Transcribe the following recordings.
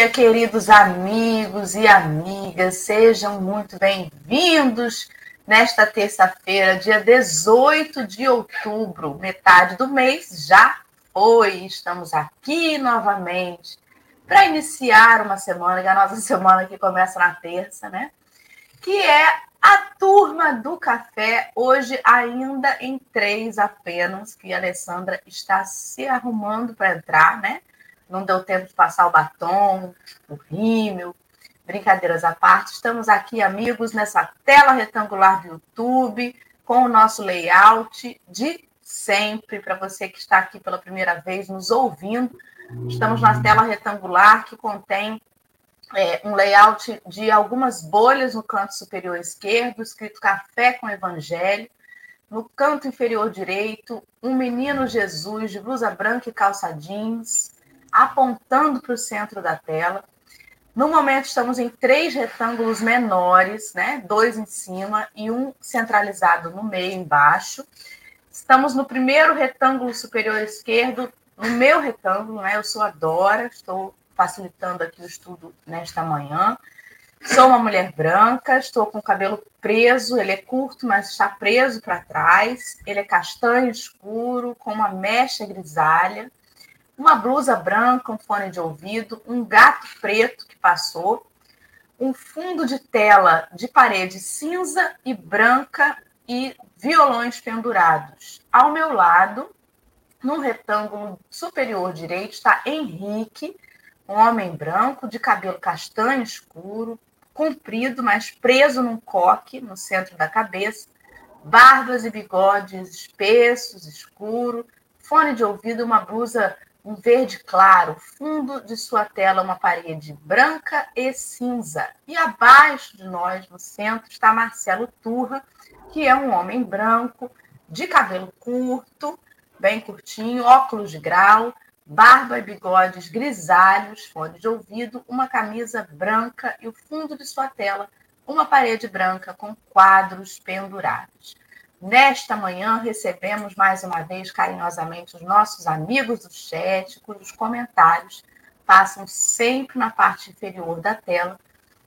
dia, queridos amigos e amigas. Sejam muito bem-vindos nesta terça-feira, dia 18 de outubro. Metade do mês já foi. Estamos aqui novamente para iniciar uma semana, que é a nossa semana que começa na terça, né? Que é a turma do café, hoje ainda em 3 apenas, que a Alessandra está se arrumando para entrar, né? Não deu tempo de passar o batom, o rímel, brincadeiras à parte. Estamos aqui, amigos, nessa tela retangular do YouTube, com o nosso layout de sempre, para você que está aqui pela primeira vez nos ouvindo. Estamos na tela retangular que contém um layout de algumas bolhas no canto superior esquerdo, escrito Café com Evangelho. No canto inferior direito, um menino Jesus de blusa branca e calça jeans, apontando para o centro da tela. No momento, estamos em 3 retângulos menores, né? 2 em cima e um centralizado no meio, embaixo. Estamos no primeiro retângulo superior esquerdo, no meu retângulo, né? Eu sou a Dora, estou facilitando aqui o estudo nesta manhã. Sou uma mulher branca, estou com o cabelo preso, ele é curto, mas está preso para trás. Ele é castanho escuro, com uma mecha grisalha, uma blusa branca, um fone de ouvido, um gato preto que passou, um fundo de tela de parede cinza e branca e violões pendurados. Ao meu lado, no retângulo superior direito, está Henrique, um homem branco de cabelo castanho escuro, comprido, mas preso num coque no centro da cabeça, barbas e bigodes espessos, escuro, fone de ouvido, uma blusa, um verde claro, fundo de sua tela, uma parede branca e cinza. E abaixo de nós, no centro, está Marcelo Turra, que é um homem branco, de cabelo curto, bem curtinho, óculos de grau, barba e bigodes grisalhos, fone de ouvido, uma camisa branca e o fundo de sua tela, uma parede branca com quadros pendurados. Nesta manhã, recebemos mais uma vez carinhosamente os nossos amigos do chat, cujos comentários passam sempre na parte inferior da tela,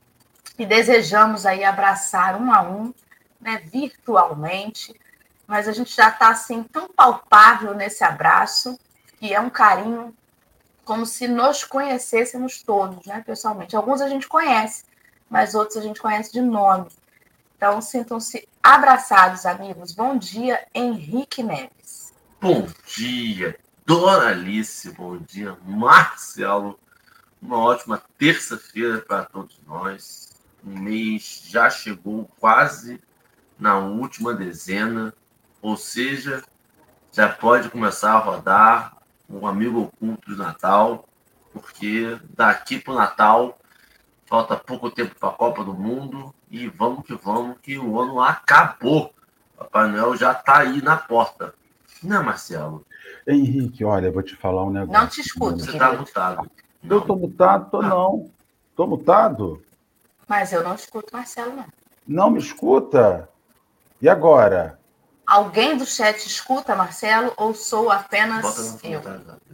e desejamos aí abraçar um a um, né, virtualmente, mas a gente já está assim tão palpável nesse abraço, que é um carinho como se nos conhecêssemos todos, né, pessoalmente. Alguns a gente conhece, mas outros a gente conhece de nome. Então, sintam-se abraçados, amigos. Bom dia, Henrique Neves. Bom dia, Doralice. Bom dia, Marcelo. Uma ótima terça-feira para todos nós. O mês já chegou quase na última dezena, ou seja, já pode começar a rodar um amigo oculto de Natal, porque daqui para o Natal falta pouco tempo para a Copa do Mundo e vamos, que o ano acabou. Papai Noel já está aí na porta. Não, Marcelo? Henrique, olha, eu vou te falar um negócio. Não te escuto, Você querido. está mutado. Eu estou mutado? Tô não. Estou mutado? Mas eu não escuto Marcelo, não. Não me escuta? E agora? Alguém do chat escuta, Marcelo, ou sou apenas eu?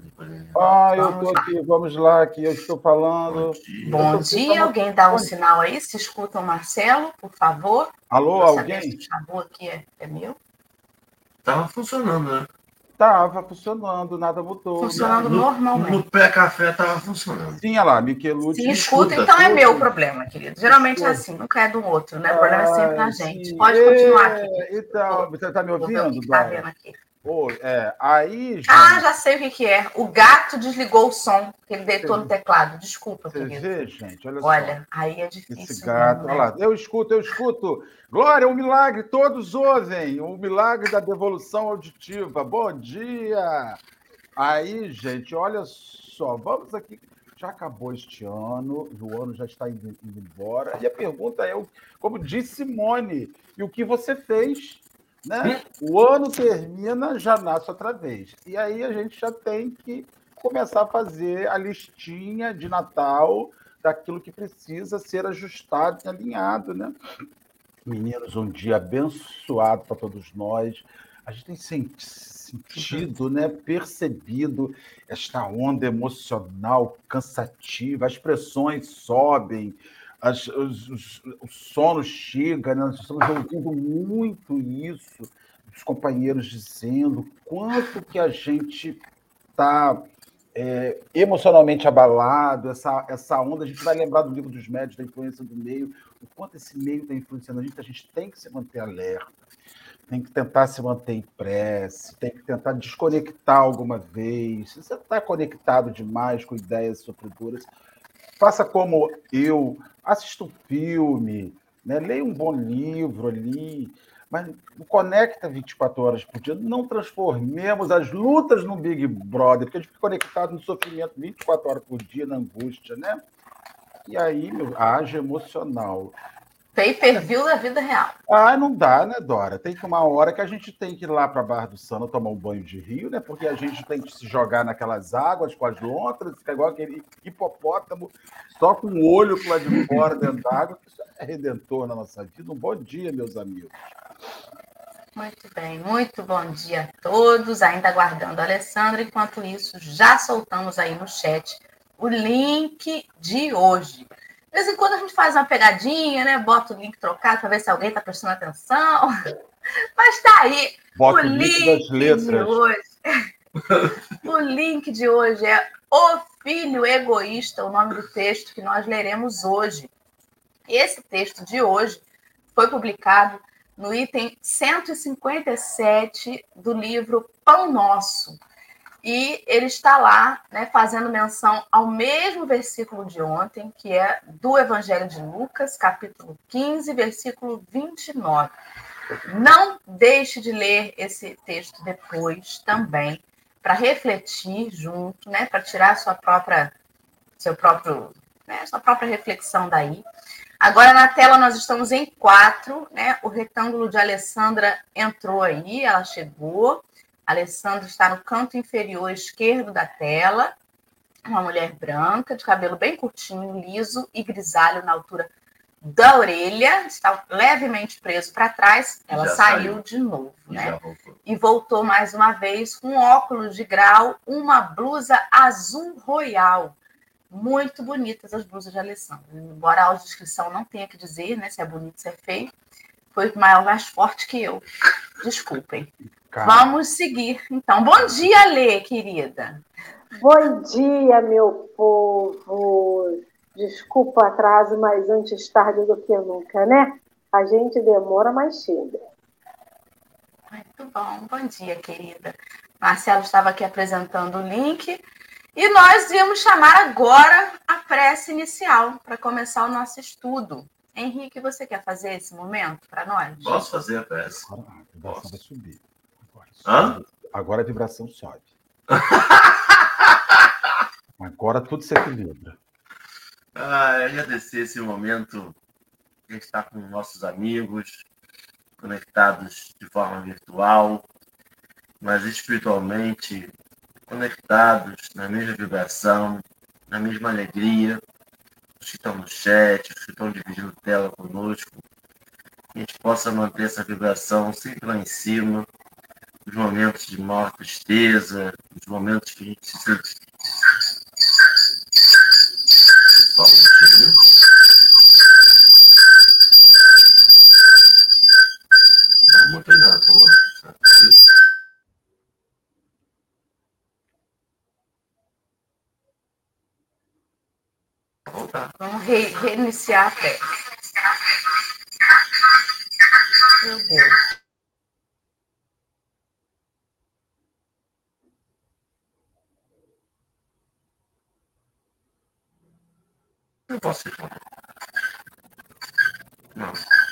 Eu estou aqui, vamos lá, que eu estou falando. Bom dia, alguém dá um sinal aí, se escuta o Marcelo, por favor. Alô, alguém? O chabu aqui é meu? Tava funcionando, né? Tava funcionando, nada mudou. Funcionando normalmente. No pré-café tava funcionando. Sim, olha lá, Michelute. Se escuta, então é meu problema, querido. Geralmente é assim, nunca é do outro, né? O problema é sempre da gente. Pode continuar aqui. Então, você está me ouvindo, o que tá vendo aqui. Aí, gente... já sei o que é. O gato desligou o som que ele deitou no teclado. Desculpa, você querido. vê, gente? Olha só. Aí é difícil. Esse gato, mesmo, olha lá. Eu escuto. Glória, um milagre, todos ouvem. O milagre da devolução auditiva. Bom dia. Aí, gente, olha só. Vamos aqui. Já acabou este ano, o ano já está indo embora. E a pergunta é, como disse Simone, e o que você fez? Né? O ano termina, já nasce outra vez. E aí a gente já tem que começar a fazer a listinha de Natal daquilo que precisa ser ajustado e alinhado, né? Meninos, um dia abençoado para todos nós. A gente tem sentido, né, percebido esta onda emocional cansativa, as pressões sobem, o sono chega, né? Nós estamos ouvindo muito isso, os companheiros dizendo quanto que a gente está emocionalmente abalado, essa onda, a gente vai lembrar do livro dos médios, da influência do meio, o quanto esse meio está influenciando a gente tem que se manter alerta, tem que tentar se manter em prece, tem que tentar desconectar alguma vez. Se você está conectado demais com ideias sofredoras, faça como eu, assista um filme, né? Leia um bom livro ali, mas não conecta 24 horas por dia. Não transformemos as lutas no Big Brother, porque a gente fica conectado no sofrimento 24 horas por dia, na angústia, né? E aí, haja emocional. Pay-per-view da vida real. Não dá, né, Dora? Tem que uma hora que a gente tem que ir lá para a Barra do Sano tomar um banho de rio, né? Porque a gente tem que se jogar naquelas águas com as lontras, ficar igual aquele hipopótamo, só com o olho lá de fora dentro da água. Isso é redentor na nossa vida. Um bom dia, meus amigos. Muito bem, muito bom dia a todos. Ainda aguardando a Alessandra. Enquanto isso, já soltamos aí no chat o link de hoje. De vez em quando a gente faz uma pegadinha, né? Bota o link trocado para ver se alguém está prestando atenção. Mas tá aí. Bota o link das letras de hoje. O link de hoje é O Filho Egoísta, o nome do texto que nós leremos hoje. Esse texto de hoje foi publicado no item 157 do livro Pão Nosso. E ele está lá, né, fazendo menção ao mesmo versículo de ontem, que é do Evangelho de Lucas, capítulo 15, versículo 29. Não deixe de ler esse texto depois também, para refletir junto, né, para tirar sua própria reflexão daí. Agora, na tela, nós estamos em 4, né? O retângulo de Alessandra entrou aí, ela chegou. A Alessandra está no canto inferior esquerdo da tela. Uma mulher branca, de cabelo bem curtinho, liso e grisalho na altura da orelha. Está levemente preso para trás. Ela saiu de novo, né? E voltou mais uma vez com óculos de grau, uma blusa azul royal. Muito bonitas as blusas de Alessandra. Embora a audiodescrição não tenha que dizer, né, se é bonito, se é feio, foi mais forte que eu. Desculpem. Vamos seguir, então. Bom dia, Lê, querida. Bom dia, meu povo. Desculpa o atraso, mas antes tarde do que nunca, né? A gente demora, mas chega. Muito bom. Bom dia, querida. Marcelo estava aqui apresentando o link. E nós íamos chamar agora a prece inicial para começar o nosso estudo. Henrique, você quer fazer esse momento para nós? Posso fazer a prece. Agora a vibração vai subir. Agora a vibração sobe. Agora tudo se equilibra. Agradecer esse momento. A gente está com nossos amigos, conectados de forma virtual, mas espiritualmente conectados na mesma vibração, na mesma alegria, os que estão no chat, os que estão dividindo tela conosco, que a gente possa manter essa vibração sempre lá em cima, nos momentos de maior tristeza, nos momentos que a gente se sente. Só um minutinho. Não montei nada, por favor. Vamos reiniciar a prece. Meu Deus. Não posso ir. Não.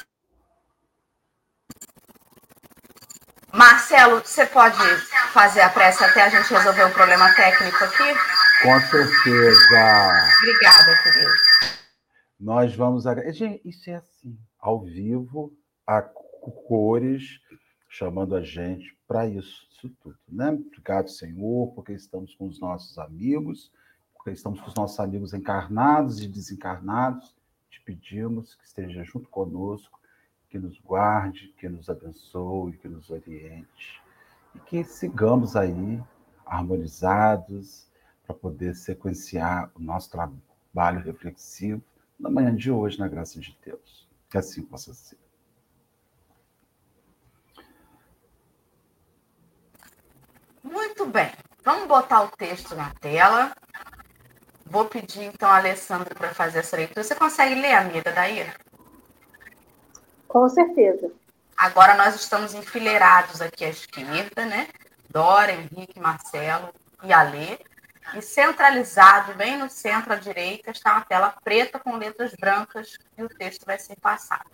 Marcelo, você pode fazer a prece até a gente resolver o problema técnico aqui? Com certeza. Obrigada, querido. Nós vamos... Gente, isso é assim, ao vivo, a cores, chamando a gente para isso tudo, né? Obrigado, Senhor, porque estamos com os nossos amigos, porque estamos com os nossos amigos encarnados e desencarnados. Te pedimos que esteja junto conosco, que nos guarde, que nos abençoe, que nos oriente. e que sigamos aí harmonizados para poder sequenciar o nosso trabalho reflexivo na manhã de hoje, na graça de Deus. Que assim possa ser. Muito bem. Vamos botar o texto na tela. Vou pedir, então, a Alessandra para fazer essa leitura. Você consegue ler, amiga, daí? Com certeza. Agora nós estamos enfileirados aqui à esquerda, né? Dora, Henrique, Marcelo e Alê. E centralizado, bem no centro à direita, está uma tela preta com letras brancas e o texto vai ser passado.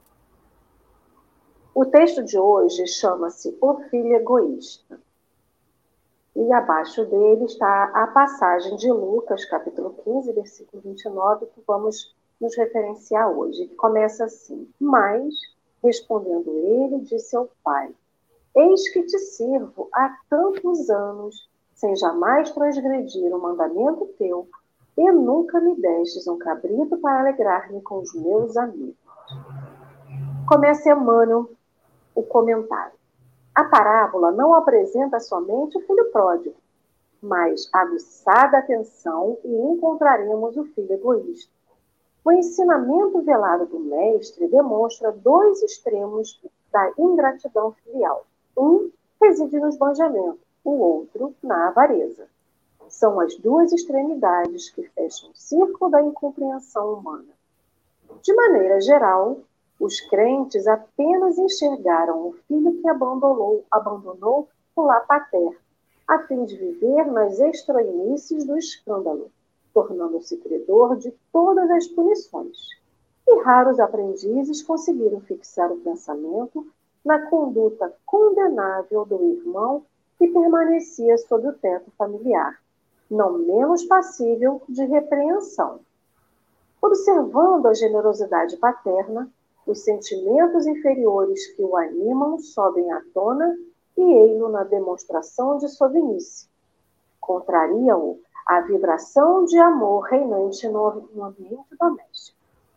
O texto de hoje chama-se O Filho Egoísta. E abaixo dele está a passagem de Lucas, capítulo 15, versículo 29, que vamos nos referenciar hoje, que começa assim: Mas, respondendo ele, disse ao pai: Eis que te sirvo há tantos anos, sem jamais transgredir o mandamento teu, e nunca me destes um cabrito para alegrar-me com os meus amigos. Começa Emmanuel o comentário. A parábola não apresenta somente o filho pródigo, mas, aguçada a atenção, e encontraremos o filho egoísta. O ensinamento velado do mestre demonstra dois extremos da ingratidão filial. Um reside no esbanjamento, o outro na avareza. São as duas extremidades que fecham o círculo da incompreensão humana. De maneira geral, os crentes apenas enxergaram o filho que abandonou o lar paterno, a fim de viver nas estranhices do escândalo, tornando-se credor de todas as punições. E raros aprendizes conseguiram fixar o pensamento na conduta condenável do irmão que permanecia sob o teto familiar, não menos passível de repreensão. Observando a generosidade paterna, os sentimentos inferiores que o animam sobem à tona e ei-lo na demonstração de sovinice. Contrariam-o a vibração de amor reinante no ambiente doméstico.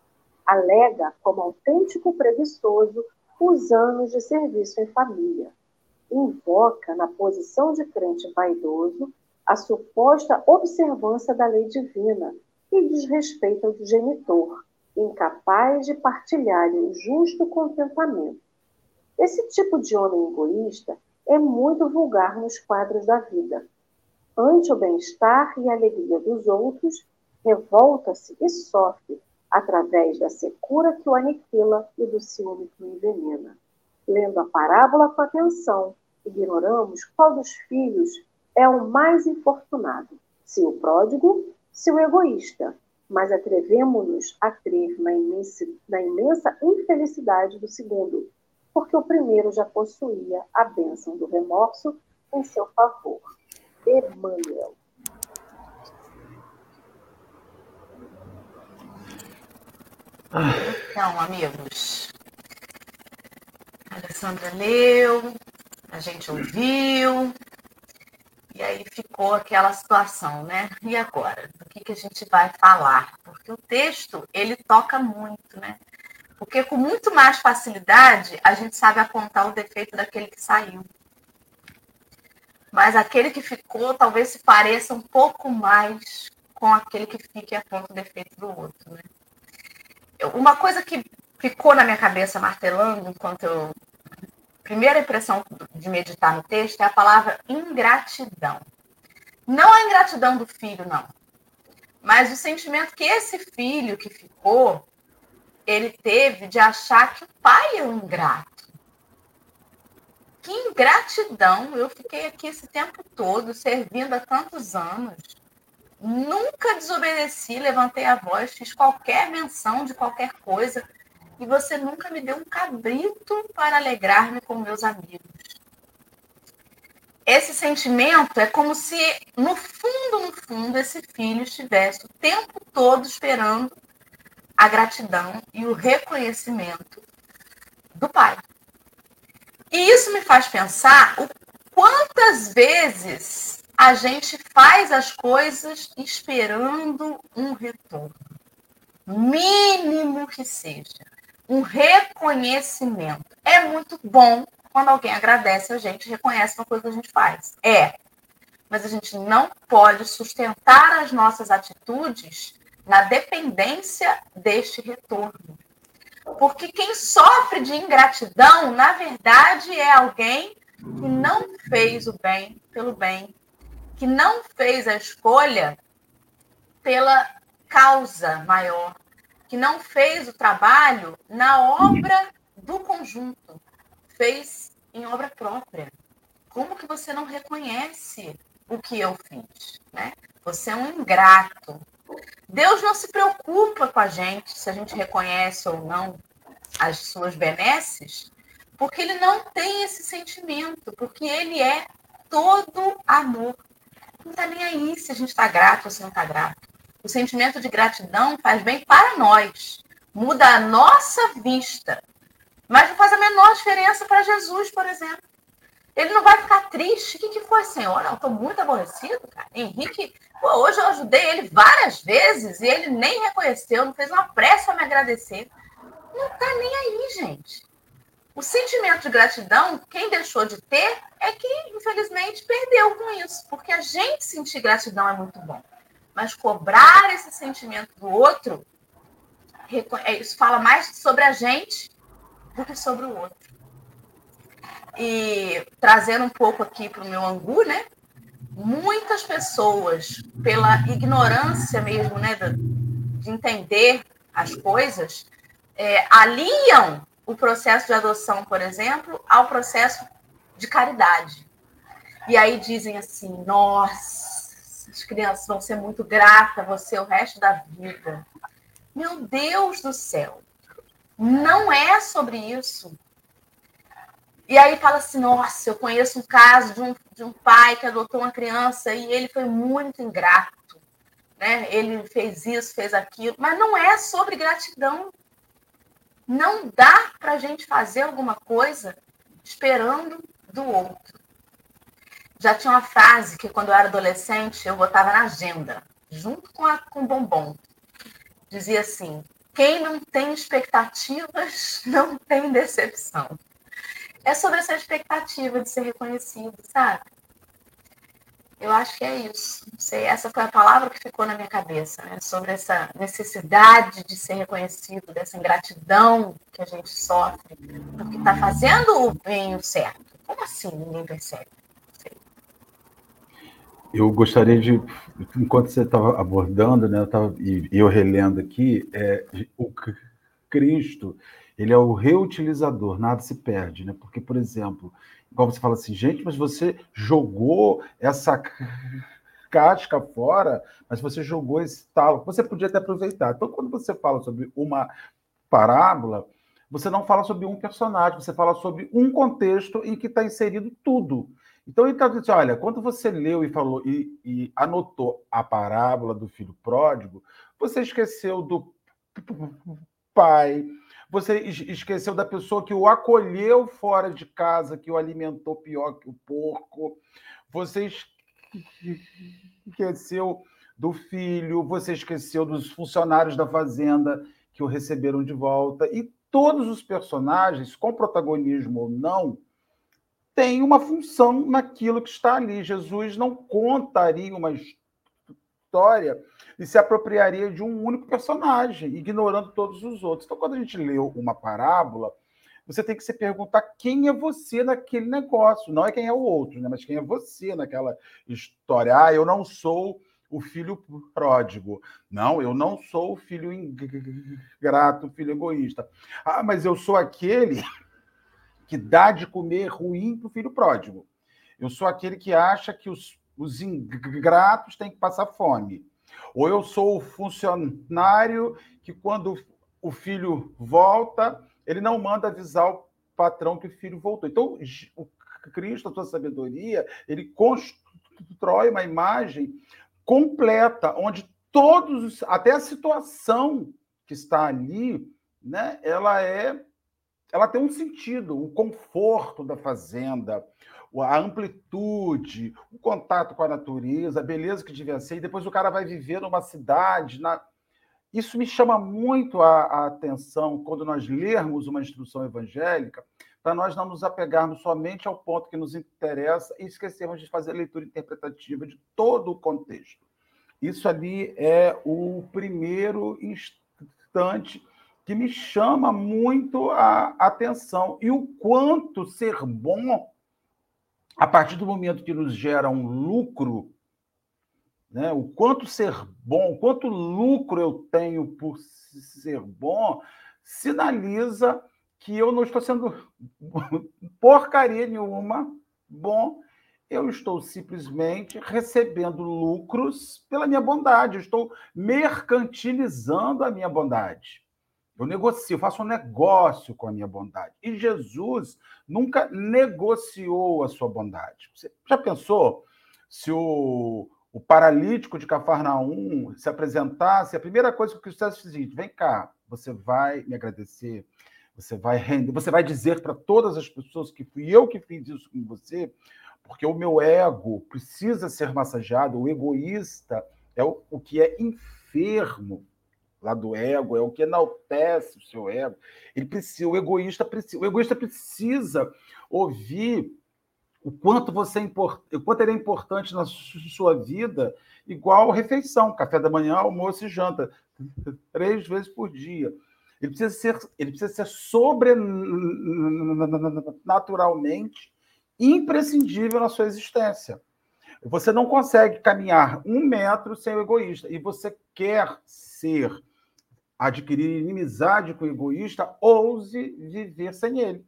Alega, como autêntico preguiçoso, os anos de serviço em família. Invoca, na posição de crente vaidoso, a suposta observância da lei divina e desrespeita o genitor, incapaz de partilhar-lhe o justo contentamento. Esse tipo de homem egoísta é muito vulgar nos quadros da vida. Ante o bem-estar e a alegria dos outros, revolta-se e sofre através da secura que o aniquila e do ciúme que o envenena. Lendo a parábola com atenção, ignoramos qual dos filhos é o mais infortunado, se o pródigo, se o egoísta, mas atrevemo-nos a crer na imensa infelicidade do segundo, porque o primeiro já possuía a bênção do remorso em seu favor. Emmanuel. Então, amigos, a Alessandra leu, a gente ouviu, e aí ficou aquela situação, né? E agora? Do que a gente vai falar? Porque o texto, ele toca muito, né? Porque com muito mais facilidade, a gente sabe apontar o defeito daquele que saiu. Mas aquele que ficou, talvez se pareça um pouco mais com aquele que fica e aponta o defeito do outro, né? Uma coisa que ficou na minha cabeça martelando enquanto eu... Primeira impressão de meditar no texto é a palavra ingratidão. Não a ingratidão do filho, não. Mas o sentimento que esse filho que ficou, ele teve de achar que o pai é um ingrato. Que ingratidão! Eu fiquei aqui esse tempo todo, servindo há tantos anos. Nunca desobedeci, levantei a voz, fiz qualquer menção de qualquer coisa. E você nunca me deu um cabrito para alegrar-me com meus amigos. Esse sentimento é como se, no fundo, esse filho estivesse o tempo todo esperando a gratidão e o reconhecimento do pai. E isso me faz pensar o quantas vezes a gente faz as coisas esperando um retorno. Mínimo que seja. Um reconhecimento. É muito bom quando alguém agradece a gente, reconhece uma coisa que a gente faz. Mas a gente não pode sustentar as nossas atitudes na dependência deste retorno. Porque quem sofre de ingratidão, na verdade, é alguém que não fez o bem pelo bem, que não fez a escolha pela causa maior, que não fez o trabalho na obra do conjunto, fez em obra própria. Como que você não reconhece o que eu fiz, né? Você é um ingrato. Deus não se preocupa com a gente, se a gente reconhece ou não as suas benesses, porque ele não tem esse sentimento, porque ele é todo amor. Não está nem aí se a gente está grato ou se não está grato. O sentimento de gratidão faz bem para nós, muda a nossa vista, mas não faz a menor diferença para Jesus, por exemplo. Ele não vai ficar triste. O que foi, Senhor? Eu estou muito aborrecido, cara. Henrique, hoje eu ajudei ele várias vezes e ele nem reconheceu, não fez uma prece para me agradecer. Não está nem aí, gente. O sentimento de gratidão, quem deixou de ter, é que, infelizmente, perdeu com isso. Porque a gente sentir gratidão é muito bom. Mas cobrar esse sentimento do outro, isso fala mais sobre a gente do que sobre o outro. E trazendo um pouco aqui para o meu angu, né? Muitas pessoas, pela ignorância mesmo, né, de entender as coisas, aliam o processo de adoção, por exemplo, ao processo de caridade. E aí dizem assim, nossa, as crianças vão ser muito gratas a você o resto da vida. Meu Deus do céu, não é sobre isso. E aí fala assim, nossa, eu conheço um caso de um pai que adotou uma criança e ele foi muito ingrato, né? Ele fez isso, fez aquilo, mas não é sobre gratidão. Não dá para a gente fazer alguma coisa esperando do outro. Já tinha uma frase que quando eu era adolescente eu botava na agenda, junto com o bombom. Dizia assim, quem não tem expectativas não tem decepção. É sobre essa expectativa de ser reconhecido, sabe? Eu acho que é isso. Não sei, essa foi a palavra que ficou na minha cabeça, né? Sobre essa necessidade de ser reconhecido, dessa ingratidão que a gente sofre, porque está fazendo o bem e o certo. Como assim ninguém percebe? Não sei. Eu gostaria de, enquanto você estava abordando, né, eu relendo aqui, o Cristo, ele é o reutilizador, nada se perde, né? Porque, por exemplo, igual você fala assim, gente, mas você jogou essa casca fora, mas você jogou esse talo, você podia ter aproveitado. Então, quando você fala sobre uma parábola, você não fala sobre um personagem, você fala sobre um contexto em que está inserido tudo. Então, ele está dizendo, olha, quando você leu e falou e anotou a parábola do filho pródigo, você esqueceu do pai, você esqueceu da pessoa que o acolheu fora de casa, que o alimentou pior que o porco, você esqueceu do filho, você esqueceu dos funcionários da fazenda que o receberam de volta, e todos os personagens, com protagonismo ou não, têm uma função naquilo que está ali. Jesus não contaria uma história e se apropriaria de um único personagem, ignorando todos os outros. Então, quando a gente lê uma parábola, você tem que se perguntar quem é você naquele negócio. Não é quem é o outro, né? Mas quem é você naquela história. Ah, eu não sou o filho pródigo. Não, eu não sou o filho ingrato, o filho egoísta. Ah, mas eu sou aquele que dá de comer ruim para o filho pródigo. Eu sou aquele que acha que os ingratos têm que passar fome. Ou eu sou o funcionário que, quando o filho volta, ele não manda avisar o patrão que o filho voltou. Então, o Cristo, a sua sabedoria, ele constrói uma imagem completa, onde todos, até a situação que está ali, né, ela tem um sentido, o conforto da fazenda, a amplitude, o contato com a natureza, a beleza que devia ser, e depois o cara vai viver numa cidade, Isso me chama muito a atenção quando nós lermos uma instrução evangélica, para nós não nos apegarmos somente ao ponto que nos interessa e esquecermos de fazer a leitura interpretativa de todo o contexto. Isso ali é o primeiro instante que me chama muito a atenção. E o quanto ser bom, a partir do momento que nos gera um lucro, né? O quanto ser bom, quanto lucro eu tenho por ser bom, sinaliza que eu não estou sendo porcaria nenhuma bom, eu estou simplesmente recebendo lucros pela minha bondade, eu estou mercantilizando a minha bondade. Eu negocio, eu faço um negócio com a minha bondade. E Jesus nunca negociou a sua bondade. Você já pensou se o paralítico de Cafarnaum se apresentasse, a primeira coisa que o Cristo disse é o seguinte: vem cá, você vai me agradecer, você vai render, você vai dizer para todas as pessoas que fui eu que fiz isso com você, porque o meu ego precisa ser massageado, o egoísta é o que é enfermo lá do ego, é o que enaltece o seu ego. O egoísta precisa ouvir o quanto o quanto ele é importante na sua vida, igual refeição, café da manhã, almoço e janta, 3 vezes por dia. Ele precisa ser sobrenaturalmente imprescindível na sua existência. Você não consegue caminhar 1 metro sem o egoísta. E você quer adquirir inimizade com o egoísta, ouse viver sem ele.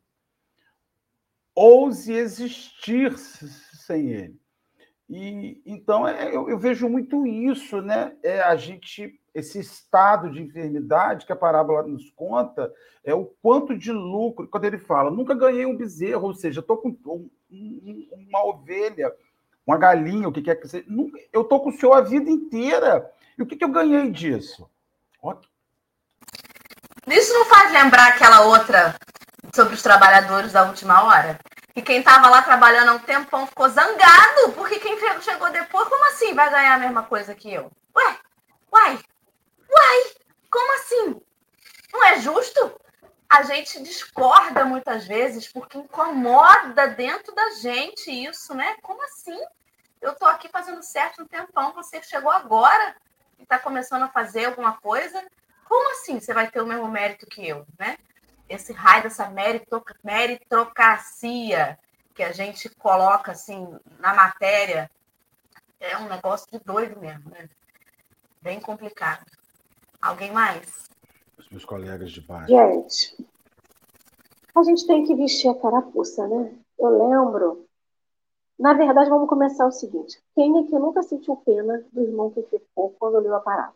Ouse existir sem ele. E então eu vejo muito isso, né? Esse estado de enfermidade que a parábola nos conta é o quanto de lucro. Quando ele fala, nunca ganhei um bezerro, ou seja, estou com uma ovelha, uma galinha, o que quer que seja. Eu estou com o senhor a vida inteira. E o que eu ganhei disso? Isso não faz lembrar aquela outra sobre os trabalhadores da última hora? E quem estava lá trabalhando há um tempão ficou zangado, porque quem chegou depois, como assim vai ganhar a mesma coisa que eu? Uai, como assim? Não é justo? A gente discorda muitas vezes porque incomoda dentro da gente isso, né? Como assim? Eu estou aqui fazendo certo um tempão, você chegou agora e está começando a fazer alguma coisa. Como assim você vai ter o mesmo mérito que eu, né? Esse raio dessa meritocracia que a gente coloca assim na matéria é um negócio de doido mesmo, né? Bem complicado. Alguém mais? Os meus colegas de baixo. Gente, a gente tem que vestir a carapuça, né? Eu lembro. Na verdade, vamos começar o seguinte. Quem aqui nunca sentiu pena do irmão que ficou quando leu a parábola?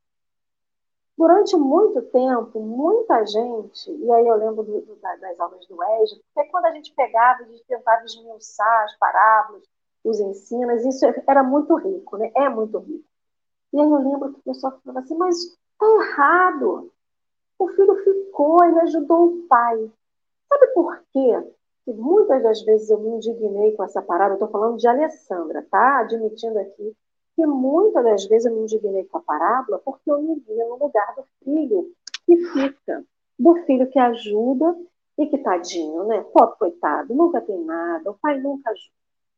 Durante muito tempo, muita gente, e aí eu lembro das aulas do Wesley, porque quando a gente pegava, a gente tentava esmiuçar as parábolas, os ensinos, isso era muito rico, né? É muito rico. E aí eu lembro que o pessoal falava assim, mas tá errado. O filho ficou, ele ajudou o pai. Sabe por quê? Que muitas das vezes eu me indignei com essa parábola, eu estou falando de Alessandra, tá? Admitindo aqui que muitas das vezes eu me indignei com a parábola porque eu me via no lugar do filho que fica, do filho que ajuda e que tadinho, né? Pobre coitado, nunca tem nada, o pai nunca ajuda.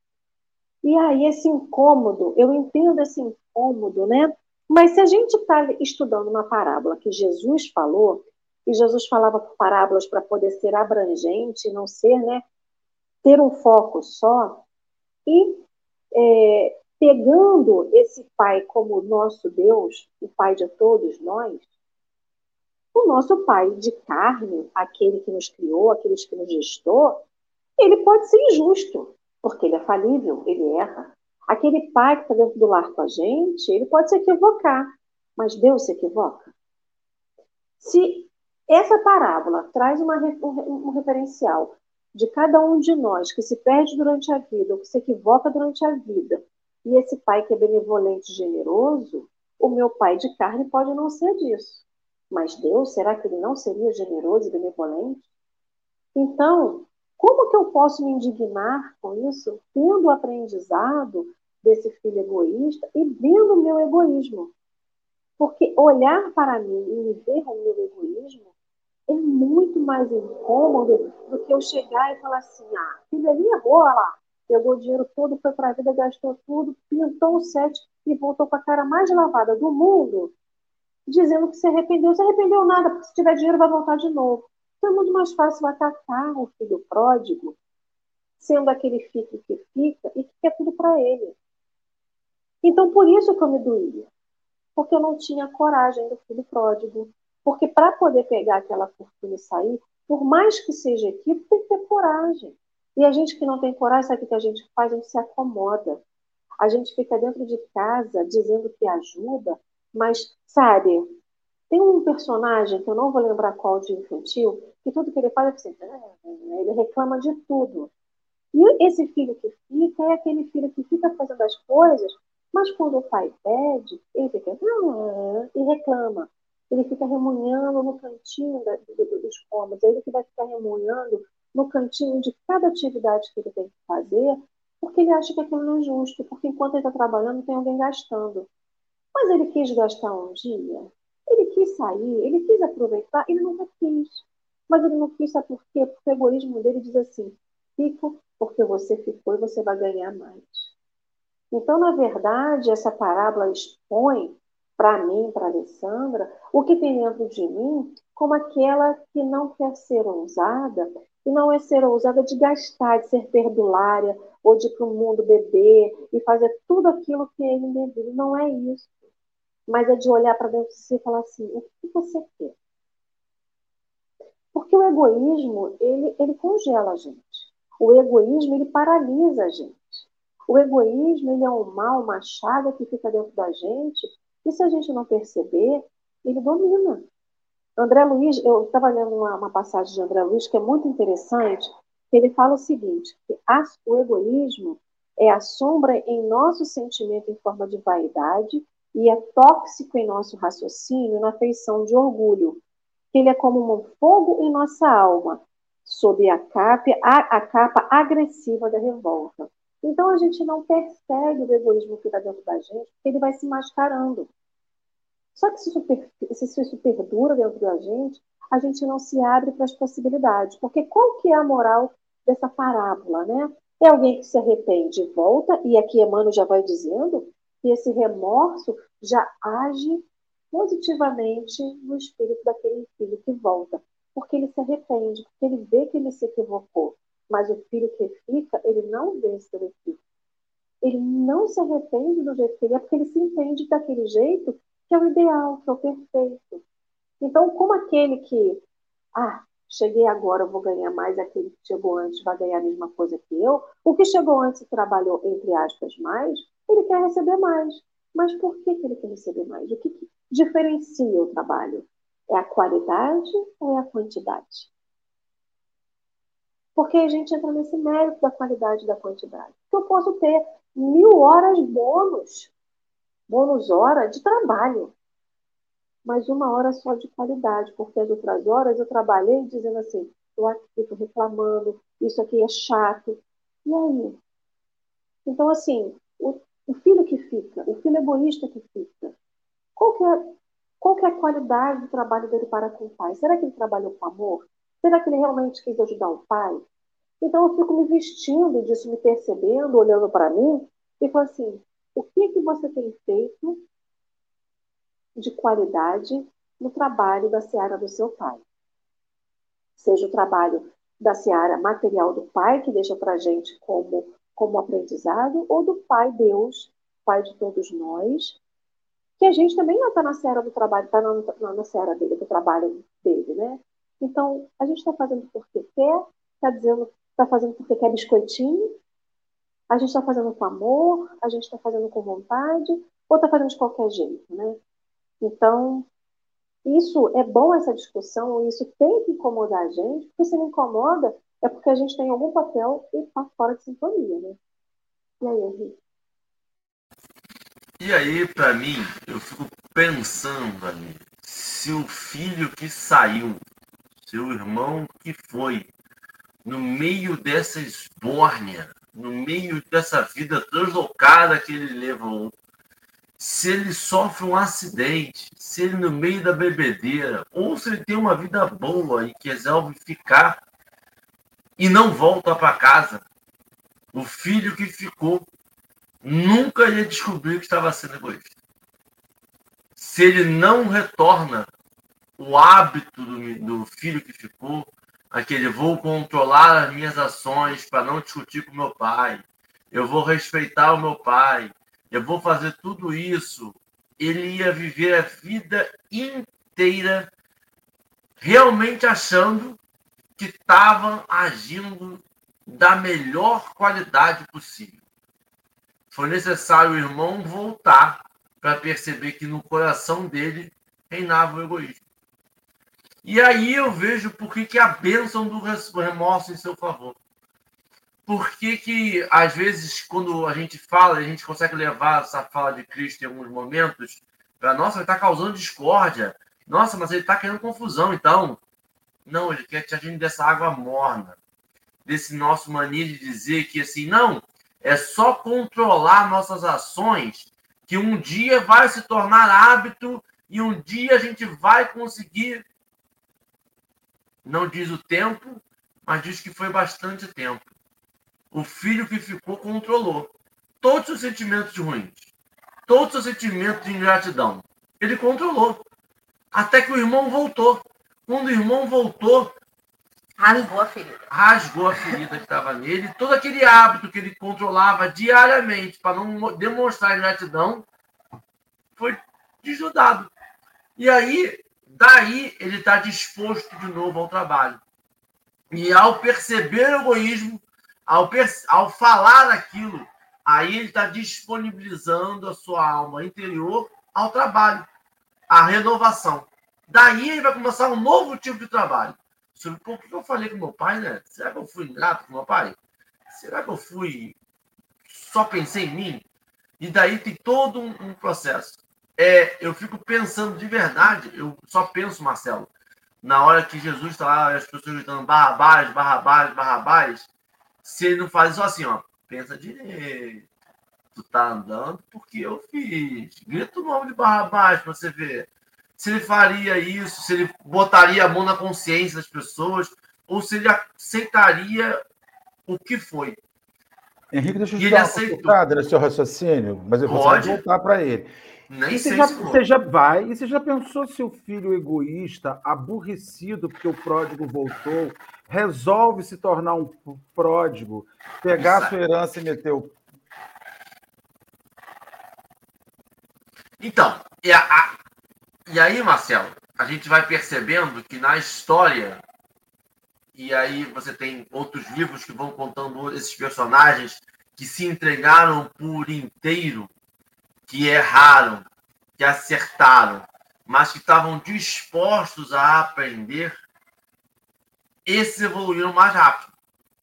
E aí esse incômodo, eu entendo esse incômodo, né? Mas se a gente está estudando uma parábola que Jesus falou, e Jesus falava por parábolas para poder ser abrangente, não ser, né? Ter um foco só, e pegando esse Pai como nosso Deus, o Pai de todos nós, o nosso Pai de carne, aquele que nos criou, aquele que nos gestou, ele pode ser injusto, porque ele é falível, ele erra. Aquele Pai que está dentro do lar com a gente, ele pode se equivocar, mas Deus se equivoca? Se essa parábola traz um referencial de cada um de nós que se perde durante a vida, ou que se equivoca durante a vida, e esse pai que é benevolente e generoso, o meu pai de carne pode não ser disso. Mas Deus, será que ele não seria generoso e benevolente? Então, como que eu posso me indignar com isso, tendo o aprendizado desse filho egoísta e vendo o meu egoísmo? Porque olhar para mim e me ver o meu egoísmo é muito mais incômodo do que eu chegar e falar assim, filho, ele errou, olha lá, pegou o dinheiro todo, foi para a vida, gastou tudo, pintou o set e voltou com a cara mais lavada do mundo, dizendo que se arrependeu nada, porque se tiver dinheiro vai voltar de novo. Então é muito mais fácil atacar o filho pródigo, sendo aquele filho que fica e que quer tudo para ele. Então por isso que eu me doía, porque eu não tinha coragem do filho pródigo. Porque para poder pegar aquela fortuna e sair, por mais que seja equipe, tem que ter coragem. E a gente que não tem coragem, sabe o que a gente faz? A gente se acomoda. A gente fica dentro de casa dizendo que ajuda, mas, sabe, tem um personagem, que eu não vou lembrar qual de infantil, que tudo que ele faz é assim, ele reclama de tudo. E esse filho que fica é aquele filho que fica fazendo as coisas, mas quando o pai pede, ele fica e reclama. Ele fica remunhando no cantinho dos cômodos, ele que vai ficar remunhando no cantinho de cada atividade que ele tem que fazer, porque ele acha que aquilo não é justo, porque enquanto ele está trabalhando tem alguém gastando. Mas ele quis gastar um dia, ele quis sair, ele quis aproveitar, ele nunca quis. Mas ele não quis, sabe por quê? Porque o egoísmo dele diz assim, fica porque você ficou e você vai ganhar mais. Então, na verdade, essa parábola expõe para mim, para a Alessandra, o que tem dentro de mim como aquela que não quer ser ousada, e não é ser ousada de gastar, de ser perdulária, ou de ir para o mundo beber e fazer tudo aquilo que é indevido. Não é isso. Mas é de olhar para dentro de si e falar assim, o que você quer? Porque o egoísmo, ele congela a gente. O egoísmo, ele paralisa a gente. O egoísmo, ele é um mal, uma chaga que fica dentro da gente, e se a gente não perceber, ele domina. André Luiz, eu estava lendo uma passagem de André Luiz que é muito interessante, que ele fala o seguinte, que o egoísmo é a sombra em nosso sentimento em forma de vaidade e é tóxico em nosso raciocínio na feição de orgulho. Ele é como um fogo em nossa alma, sob a capa agressiva da revolta. Então a gente não percebe o egoísmo que está dentro da gente, porque ele vai se mascarando. Só que se isso perdura dentro da gente, a gente não se abre para as possibilidades. Porque qual que é a moral dessa parábola, né? É alguém que se arrepende e volta, e aqui Emmanuel já vai dizendo que esse remorso já age positivamente no espírito daquele filho que volta. Porque ele se arrepende, porque ele vê que ele se equivocou. Mas o filho que fica, ele não vê esse equívoco. Ele não se arrepende do jeito que ele é, porque ele se entende daquele jeito que é o ideal, que é o perfeito. Então, como aquele que, cheguei agora, eu vou ganhar mais, aquele que chegou antes vai ganhar a mesma coisa que eu, o que chegou antes e trabalhou, entre aspas, mais, ele quer receber mais. Mas por que ele quer receber mais? O que diferencia o trabalho? É a qualidade ou é a quantidade? Porque a gente entra nesse mérito da qualidade e da quantidade. Porque eu posso ter 1000 horas bônus hora de trabalho, mas 1 hora só de qualidade, porque as outras horas eu trabalhei dizendo assim, eu aqui fico reclamando, isso aqui é chato. E aí? Então, assim, o filho que fica, o filho egoísta que fica, qual que é a qualidade do trabalho dele para com o pai? Será que ele trabalhou com amor? Será que ele realmente quis ajudar o pai? Então eu fico me vestindo disso, me percebendo, olhando para mim, e falo assim, o que você tem feito de qualidade no trabalho da seara do seu pai? Seja o trabalho da seara material do pai, que deixa para a gente como aprendizado, ou do pai Deus, pai de todos nós, que a gente também não está na seara do trabalho, está na seara dele, do trabalho dele, né? Então, a gente está fazendo porque quer, está fazendo porque quer biscoitinho, a gente está fazendo com amor, a gente está fazendo com vontade, ou está fazendo de qualquer jeito, né? Então, isso é bom, essa discussão, isso tem que incomodar a gente, porque se não incomoda, é porque a gente tem algum papel e está fora de sintonia, né? E aí, Henrique? E aí, para mim, eu fico pensando ali, se o filho que saiu, seu irmão que foi, no meio dessa esbórnia, no meio dessa vida translocada que ele levou, se ele sofre um acidente, se ele no meio da bebedeira, ou se ele tem uma vida boa e que resolve ficar e não volta para casa, o filho que ficou nunca ia descobrir que estava sendo egoísta. Se ele não retorna o hábito do filho que ficou, aquele vou controlar as minhas ações para não discutir com meu pai, eu vou respeitar o meu pai, eu vou fazer tudo isso, ele ia viver a vida inteira realmente achando que estava agindo da melhor qualidade possível. Foi necessário o irmão voltar para perceber que no coração dele reinava o egoísmo. E aí eu vejo por que a bênção do remorso em seu favor. Por que às vezes, quando a gente fala, a gente consegue levar essa fala de Cristo em alguns momentos para, nossa, ele está causando discórdia. Nossa, mas ele está querendo confusão, então. Não, ele quer te atingir dessa água morna. Desse nosso mania de dizer que, assim, não, é só controlar nossas ações que um dia vai se tornar hábito e um dia a gente vai conseguir. Não diz o tempo, mas diz que foi bastante tempo. O filho que ficou controlou todos os sentimentos ruins, todos os sentimentos de ingratidão. Ele controlou. Até que o irmão voltou. Quando o irmão voltou, rasgou a ferida que estava nele. Todo aquele hábito que ele controlava diariamente para não demonstrar ingratidão foi desnudado. E aí, daí, ele está disposto de novo ao trabalho. E ao perceber o egoísmo, ao falar aquilo, aí ele está disponibilizando a sua alma interior ao trabalho, à renovação. Daí ele vai começar um novo tipo de trabalho. Sobre por que eu falei com meu pai, né? Será que eu fui ingrato com meu pai? Será que eu só pensei em mim? E daí tem todo um processo. Eu fico pensando de verdade, eu só penso, Marcelo, na hora que Jesus está lá, as pessoas gritando Barrabás, Barrabás, Barrabás, se ele não faz só assim, ó, pensa direito. Tu tá andando porque eu fiz. Grita o nome de Barrabás para você ver. Se ele faria isso, se ele botaria a mão na consciência das pessoas, ou se ele aceitaria o que foi. Henrique, deixa eu te dar uma consultada no seu raciocínio, mas eu vou voltar para ele. Nem sei você já pensou se o filho egoísta, aborrecido porque o pródigo voltou, resolve se tornar um pródigo, pegar a sua herança e meter o... Então, e aí, Marcelo, a gente vai percebendo que na história, e aí você tem outros livros que vão contando esses personagens que se entregaram por inteiro, que erraram, que acertaram, mas que estavam dispostos a aprender, esses evoluíram mais rápido.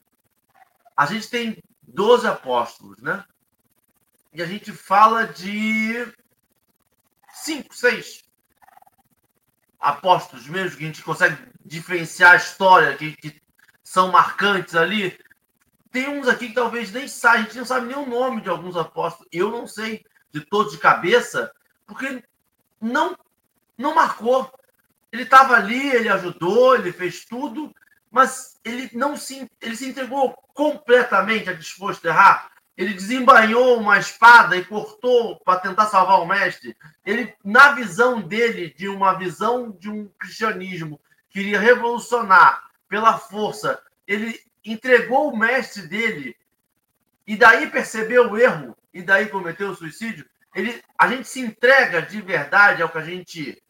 A gente tem 12 apóstolos, né? E a gente fala de 5, 6 apóstolos mesmo, que a gente consegue diferenciar a história, que são marcantes ali. Tem uns aqui que talvez nem saibam, a gente não sabe nem o nome de alguns apóstolos. Eu não sei de todos de cabeça, porque não marcou. Ele estava ali, ele ajudou, ele fez tudo, mas ele se entregou completamente a disposto a errar. Ele desembainhou uma espada e cortou para tentar salvar o mestre. Ele, na visão dele, de uma visão de um cristianismo que iria revolucionar pela força, ele entregou o mestre dele e daí percebeu o erro e daí cometeu o suicídio. A gente se entrega de verdade ao que a gente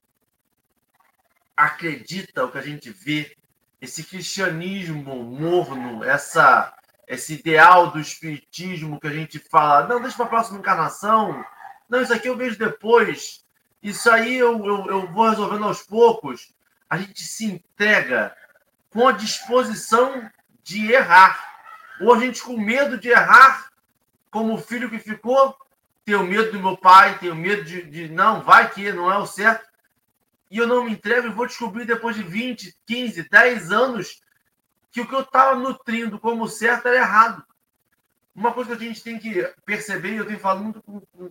acredita, ao que a gente vê. Esse cristianismo morno, esse ideal do espiritismo que a gente fala, não, deixa para a próxima encarnação, não, isso aqui eu vejo depois, isso aí eu vou resolvendo aos poucos. A gente se entrega com a disposição de errar. Ou a gente com medo de errar, como o filho que ficou, tenho medo do meu pai, tenho medo de não, vai que não é o certo, e eu não me entrego e vou descobrir depois de 20, 15, 10 anos que o que eu estava nutrindo como certo era errado. Uma coisa que a gente tem que perceber, e eu tenho falado muito com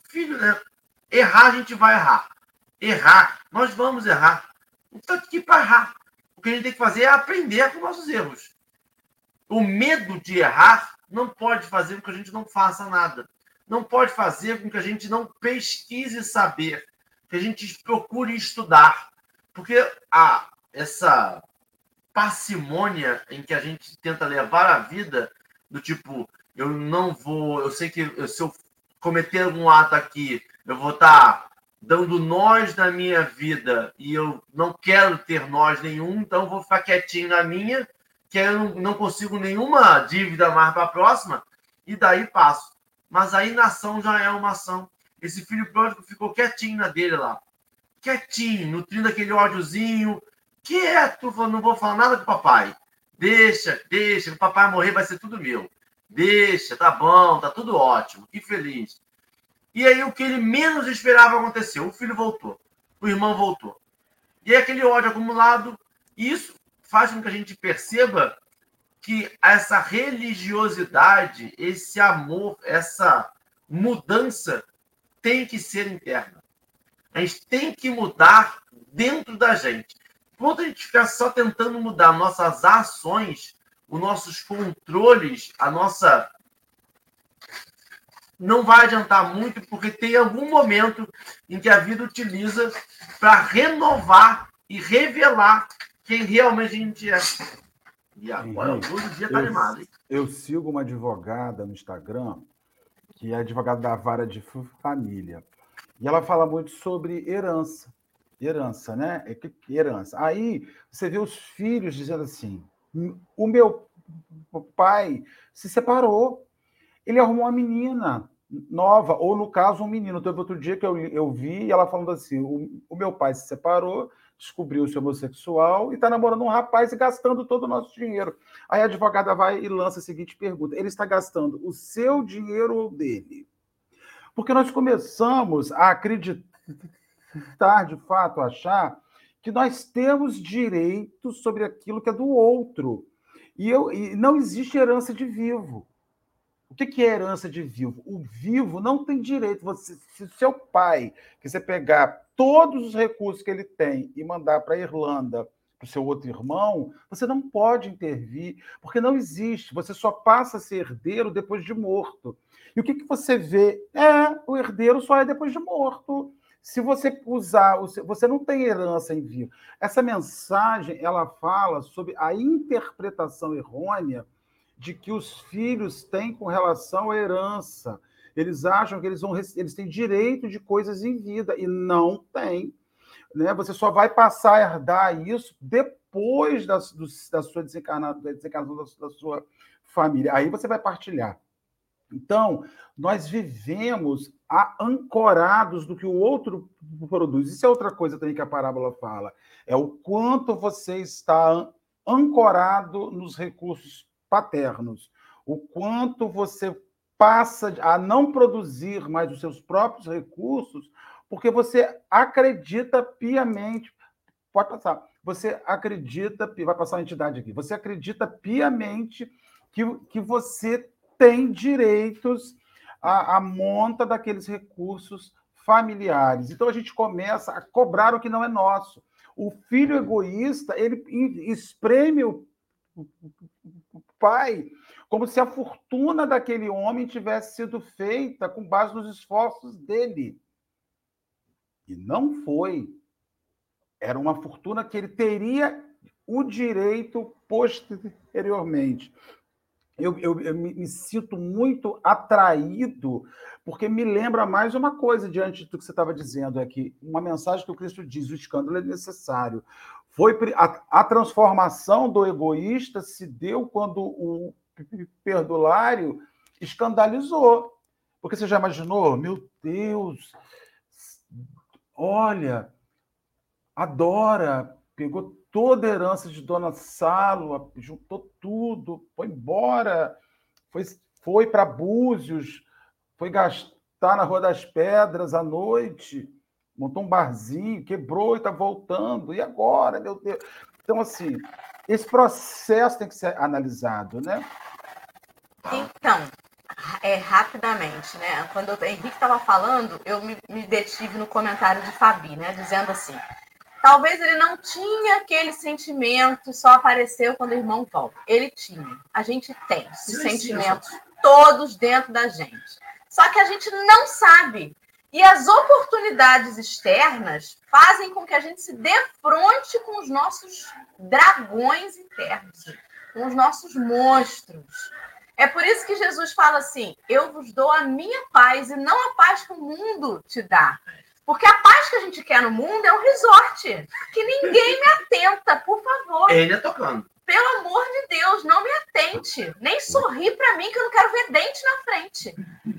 filho, né? Errar, a gente vai errar. Errar, nós vamos errar. Não está aqui para errar. O que a gente tem que fazer é aprender com nossos erros. O medo de errar não pode fazer com que a gente não faça nada. Não pode fazer com que a gente não pesquise saber, que a gente procure estudar. Porque essa parcimônia em que a gente tenta levar a vida, do tipo, eu sei que se eu cometer algum ato aqui, eu vou estar dando nós na minha vida e eu não quero ter nós nenhum, então eu vou ficar quietinho na minha, que eu não consigo nenhuma dívida mais para a próxima, e daí passo. Mas a inação já é uma ação. Esse filho pródigo ficou quietinho na dele lá. Quietinho, nutrindo aquele ódiozinho, quieto, não vou falar nada com o papai. Deixa, o papai morrer vai ser tudo meu. Deixa, tá bom, tá tudo ótimo, que feliz. E aí o que ele menos esperava aconteceu. O filho voltou, o irmão voltou. E aí aquele ódio acumulado, isso faz com que a gente perceba que essa religiosidade, esse amor, essa mudança tem que ser interna. A gente tem que mudar dentro da gente. Enquanto a gente ficar só tentando mudar nossas ações, os nossos controles, a nossa... não vai adiantar muito, porque tem algum momento em que a vida utiliza para renovar e revelar quem realmente a gente é. E agora todo dia está animado. Hein? Eu sigo uma advogada no Instagram, que é advogada da Vara de Família. E ela fala muito sobre herança. Herança, né? Herança. Aí você vê os filhos dizendo assim: o meu pai se separou, ele arrumou uma menina nova, ou no caso, um menino. Teve outro dia que eu vi ela falando assim: o meu pai se separou, descobriu-se homossexual e está namorando um rapaz e gastando todo o nosso dinheiro. Aí a advogada vai e lança a seguinte pergunta: ele está gastando o seu dinheiro ou dele? Porque nós começamos a acreditar, de fato, a achar que nós temos direito sobre aquilo que é do outro. E não existe herança de vivo. O que é herança de vivo? O vivo não tem direito. Se o seu pai, que você pegar todos os recursos que ele tem e mandar para a Irlanda, para o seu outro irmão, você não pode intervir, porque não existe. Você só passa a ser herdeiro depois de morto. E o que você vê? O herdeiro só é depois de morto. Se você usar, você não tem herança em vivo. Essa mensagem, ela fala sobre a interpretação errônea de que os filhos têm com relação à herança. Eles acham que eles têm direito de coisas em vida, e não têm. Né? Você só vai passar a herdar isso depois da sua desencarnação da sua família. Aí você vai partilhar. Então, nós vivemos ancorados do que o outro produz. Isso é outra coisa também que a parábola fala. É o quanto você está ancorado nos recursos paternos. O quanto você passa a não produzir mais os seus próprios recursos, porque você acredita piamente... Pode passar. Você acredita... Vai passar a entidade aqui. Você acredita piamente que você tem direitos à monta daqueles recursos familiares. Então, a gente começa a cobrar o que não é nosso. O filho egoísta, ele espreme o pai como se a fortuna daquele homem tivesse sido feita com base nos esforços dele. E não foi. Era uma fortuna que ele teria o direito posteriormente. Eu me sinto muito atraído, porque me lembra mais uma coisa diante do que você estava dizendo aqui. Uma mensagem que o Cristo diz: o escândalo é necessário. A transformação do egoísta se deu quando o perdulário escandalizou. Porque você já imaginou? Meu Deus, olha, adora, pegou toda a herança de Dona Salo, juntou tudo, foi embora, foi para Búzios, foi gastar na Rua das Pedras à noite, montou um barzinho, quebrou e está voltando. E agora, meu Deus? Então, assim, esse processo tem que ser analisado, né? Então, rapidamente, né? Quando o Henrique estava falando, eu me detive no comentário de Fabi, né? Dizendo assim, talvez ele não tinha aquele sentimento, só apareceu quando o irmão volta. Ele tinha. A gente tem esses sentimentos todos dentro da gente. Só que a gente não sabe. E as oportunidades externas fazem com que a gente se defronte com os nossos dragões internos, com os nossos monstros. É por isso que Jesus fala assim, eu vos dou a minha paz e não a paz que o mundo te dá. Porque a paz que a gente quer no mundo é um resort, que ninguém me atenta, por favor. Ele é tocando. Pelo amor de Deus, não me atente. Nem sorri para mim, que eu não quero ver dente na frente.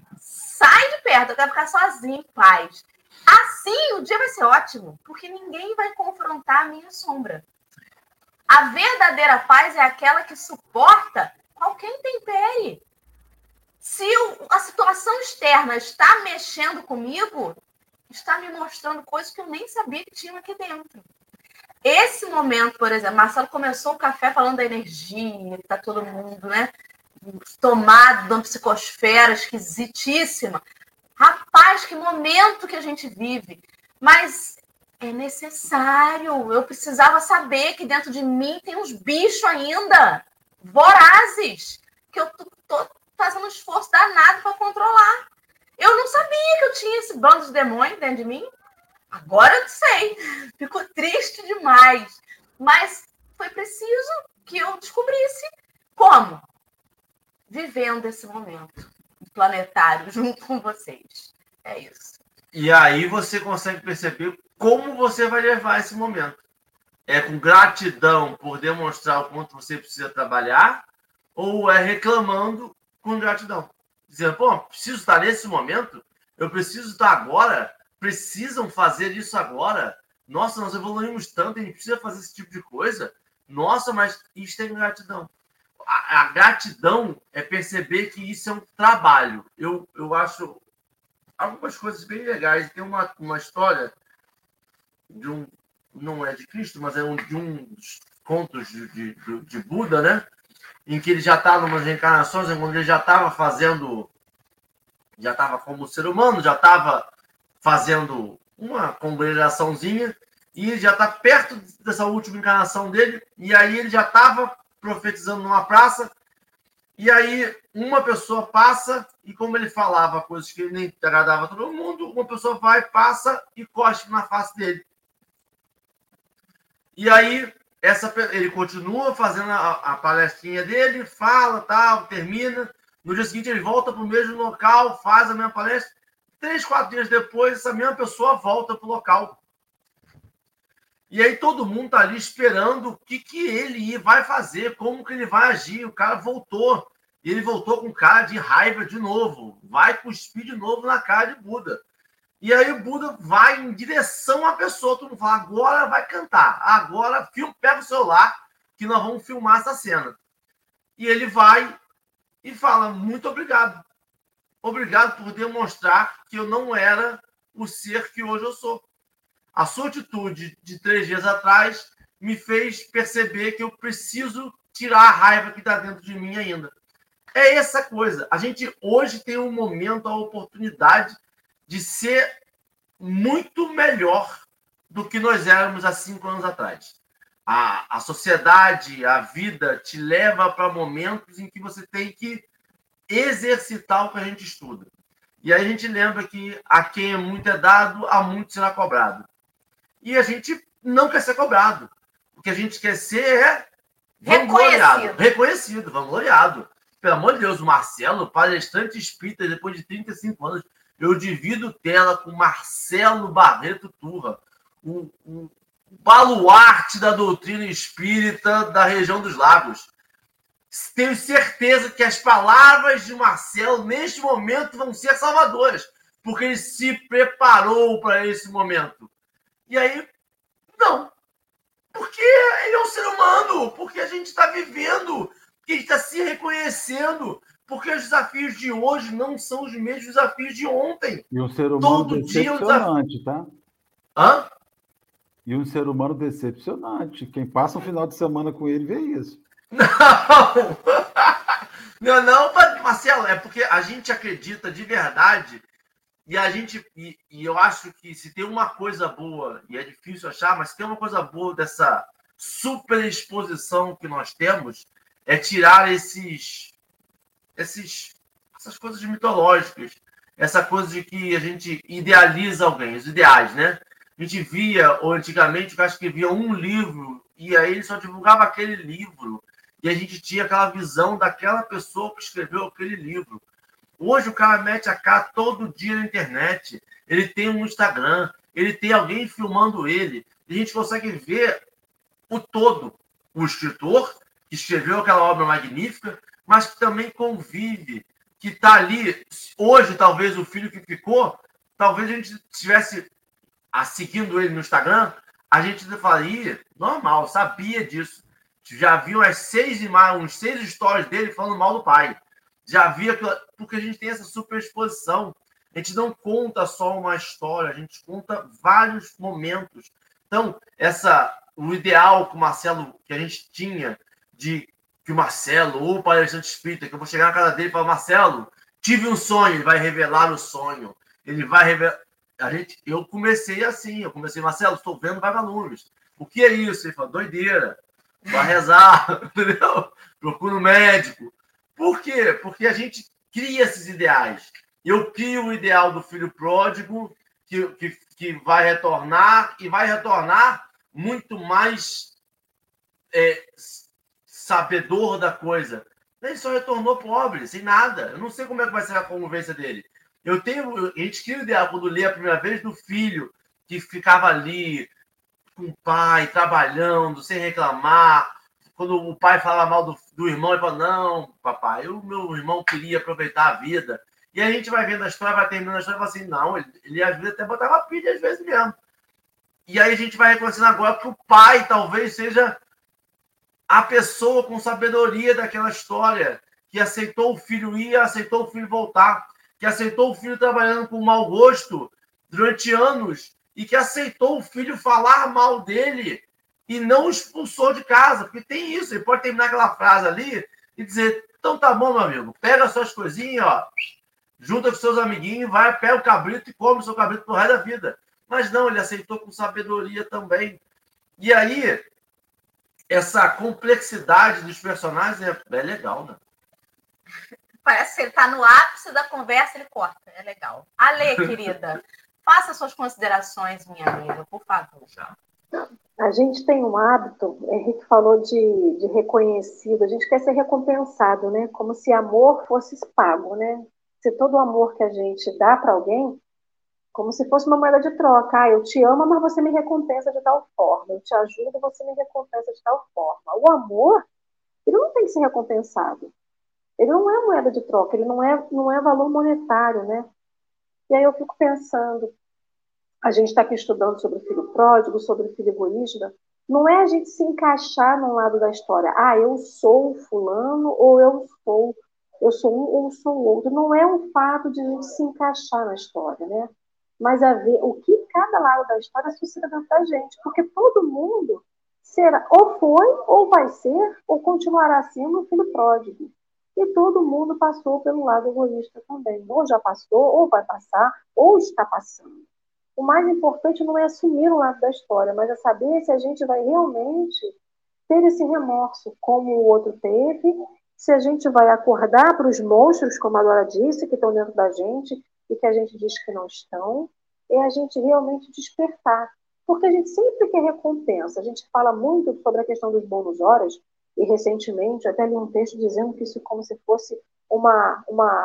Sai de perto, eu quero ficar sozinho, em paz. Assim, o dia vai ser ótimo, porque ninguém vai confrontar a minha sombra. A verdadeira paz é aquela que suporta qualquer intempérie. Se a situação externa está mexendo comigo, está me mostrando coisas que eu nem sabia que tinham aqui dentro. Esse momento, por exemplo, Marcelo começou o café falando da energia, que está todo mundo, né? Tomado de uma psicosfera esquisitíssima. Rapaz, que momento que a gente vive. Mas é necessário. Eu precisava saber que dentro de mim tem uns bichos ainda, vorazes, que eu tô fazendo um esforço danado para controlar. Eu não sabia que eu tinha esse bando de demônios dentro de mim. Agora eu sei. Ficou triste demais. Mas foi preciso que eu descobrisse como. Vivendo esse momento planetário junto com vocês. É isso. E aí você consegue perceber como você vai levar esse momento. É com gratidão por demonstrar o quanto você precisa trabalhar, ou é reclamando com gratidão? Dizendo, pô, preciso estar nesse momento, eu preciso estar agora, precisam fazer isso agora. Nossa, nós evoluímos tanto, a gente precisa fazer esse tipo de coisa. Nossa, mas isso é gratidão. A gratidão é perceber que isso é um trabalho. Eu acho algumas coisas bem legais. Tem uma história de um... Não é de Cristo, mas é de um dos contos de Buda, né? Em que ele já estava em umas reencarnações, onde ele já estava fazendo... Já estava como ser humano, já estava fazendo uma congregaçãozinha, e já está perto dessa última encarnação dele, e aí ele já estava profetizando numa praça, e aí uma pessoa passa, e como ele falava coisas que nem agradava a todo mundo, uma pessoa vai, passa e cospe na face dele. E aí ele continua fazendo a palestrinha dele, fala, tal, termina. No dia seguinte ele volta para o mesmo local, faz a mesma palestra. 3, 4 dias depois, essa mesma pessoa volta para o local. E aí todo mundo está ali esperando o que ele vai fazer, como que ele vai agir. O cara voltou. E ele voltou com cara de raiva de novo. Vai cuspir de novo na cara de Buda. E aí o Buda vai em direção à pessoa. Todo mundo fala, agora vai cantar. Agora pega o celular que nós vamos filmar essa cena. E ele vai e fala, muito obrigado. Obrigado por demonstrar que eu não era o ser que hoje eu sou. A sua atitude de 3 dias atrás me fez perceber que eu preciso tirar a raiva que está dentro de mim ainda. É essa coisa. A gente hoje tem um momento, a oportunidade de ser muito melhor do que nós éramos há 5 anos atrás. A sociedade, a vida te leva para momentos em que você tem que exercitar o que a gente estuda. E aí a gente lembra que a quem é muito é dado, a muito será cobrado. E a gente não quer ser cobrado. O que a gente quer ser é reconhecido, vangloriado. Pelo amor de Deus, o Marcelo, palestrante espírita, depois de 35 anos, eu divido tela com Marcelo Barreto Turra, o baluarte da doutrina espírita da região dos lagos. Tenho certeza que as palavras de Marcelo, neste momento, vão ser salvadoras, porque ele se preparou para esse momento. E aí, não. Porque ele é um ser humano, porque a gente está vivendo, porque a gente está se reconhecendo, porque os desafios de hoje não são os mesmos desafios de ontem. E um ser humano todo decepcionante, tá? Hã? E um ser humano decepcionante. Quem passa um final de semana com ele vê isso. Não! Não, Marcelo, é porque a gente acredita de verdade e eu acho que se tem uma coisa boa, e é difícil achar, mas se tem uma coisa boa dessa superexposição que nós temos, é tirar essas coisas mitológicas, essa coisa de que a gente idealiza alguém, os ideais, né? A gente via, ou antigamente, eu acho que via um livro, e aí ele só divulgava aquele livro, e a gente tinha aquela visão daquela pessoa que escreveu aquele livro. Hoje o cara mete a cara todo dia na internet, ele tem um Instagram, ele tem alguém filmando ele, e a gente consegue ver o todo. O escritor, que escreveu aquela obra magnífica, mas que também convive, que está ali. Hoje, talvez, o filho que ficou, talvez a gente estivesse seguindo ele no Instagram, a gente falaria, normal, sabia disso. Já viu uns 6 stories dele falando mal do pai. Já via aquilo, porque a gente tem essa superexposição. A gente não conta só uma história, a gente conta vários momentos. Então, o ideal que o Marcelo, que a gente tinha, de que o Marcelo, ou o palestrante espírita, que eu vou chegar na casa dele e falar, Marcelo, tive um sonho, ele vai revelar o sonho. Ele vai revelar. Eu comecei assim, Marcelo, estou vendo vagalumes. O que é isso? Ele falou, doideira. Vai rezar, entendeu? Procura um médico. Por quê? Porque a gente cria esses ideais. Eu crio o ideal do filho pródigo que vai retornar e vai retornar muito mais sabedor da coisa. Ele só retornou pobre, sem nada. Eu não sei como é que vai ser a convivência dele. A gente cria o ideal quando lê a primeira vez do filho que ficava ali com o pai, trabalhando, sem reclamar. Quando o pai falava mal do irmão, ele fala, não, papai, o meu irmão queria aproveitar a vida. E aí a gente vai vendo a história, vai terminando a história e fala assim, não, ele às vezes até botava pilha, às vezes mesmo. E aí a gente vai reconhecendo agora que o pai talvez seja a pessoa com sabedoria daquela história, que aceitou o filho ir, aceitou o filho voltar, que aceitou o filho trabalhando com mau gosto durante anos e que aceitou o filho falar mal dele e não o expulsou de casa, porque tem isso, ele pode terminar aquela frase ali e dizer, então tá bom, meu amigo, pega suas coisinhas, ó, junta com seus amiguinhos, vai, pega o cabrito e come o seu cabrito pro resto da vida. Mas não, ele aceitou com sabedoria também. E aí, essa complexidade dos personagens é legal, né? Parece que ele está no ápice da conversa, ele corta. É legal. Ale, querida, faça suas considerações, minha amiga, por favor. A gente tem um hábito, Henrique falou de reconhecido, a gente quer ser recompensado, né? Como se amor fosse pago, né? Se todo o amor que a gente dá para alguém, como se fosse uma moeda de troca. Ah, eu te amo, mas você me recompensa de tal forma. Eu te ajudo, você me recompensa de tal forma. O amor, ele não tem que ser recompensado. Ele não é moeda de troca, ele não é valor monetário, né? E aí eu fico pensando, a gente está aqui estudando sobre o filho pródigo, sobre o filho egoísta, não é a gente se encaixar num lado da história. Ah, eu sou fulano, ou eu sou um ou sou outro. Não é um fato de a gente se encaixar na história, né? Mas a ver o que cada lado da história suscita dentro da gente. Porque todo mundo será, ou foi, ou vai ser, ou continuará sendo um filho pródigo. E todo mundo passou pelo lado egoísta também. Ou já passou, ou vai passar, ou está passando. O mais importante não é assumir o lado da história, mas é saber se a gente vai realmente ter esse remorso, como o outro teve, se a gente vai acordar para os monstros, como a Dora disse, que estão dentro da gente e que a gente diz que não estão, é a gente realmente despertar. Porque a gente sempre quer recompensa. A gente fala muito sobre a questão dos bônus horas, e recentemente até li um texto dizendo que isso é como se fosse uma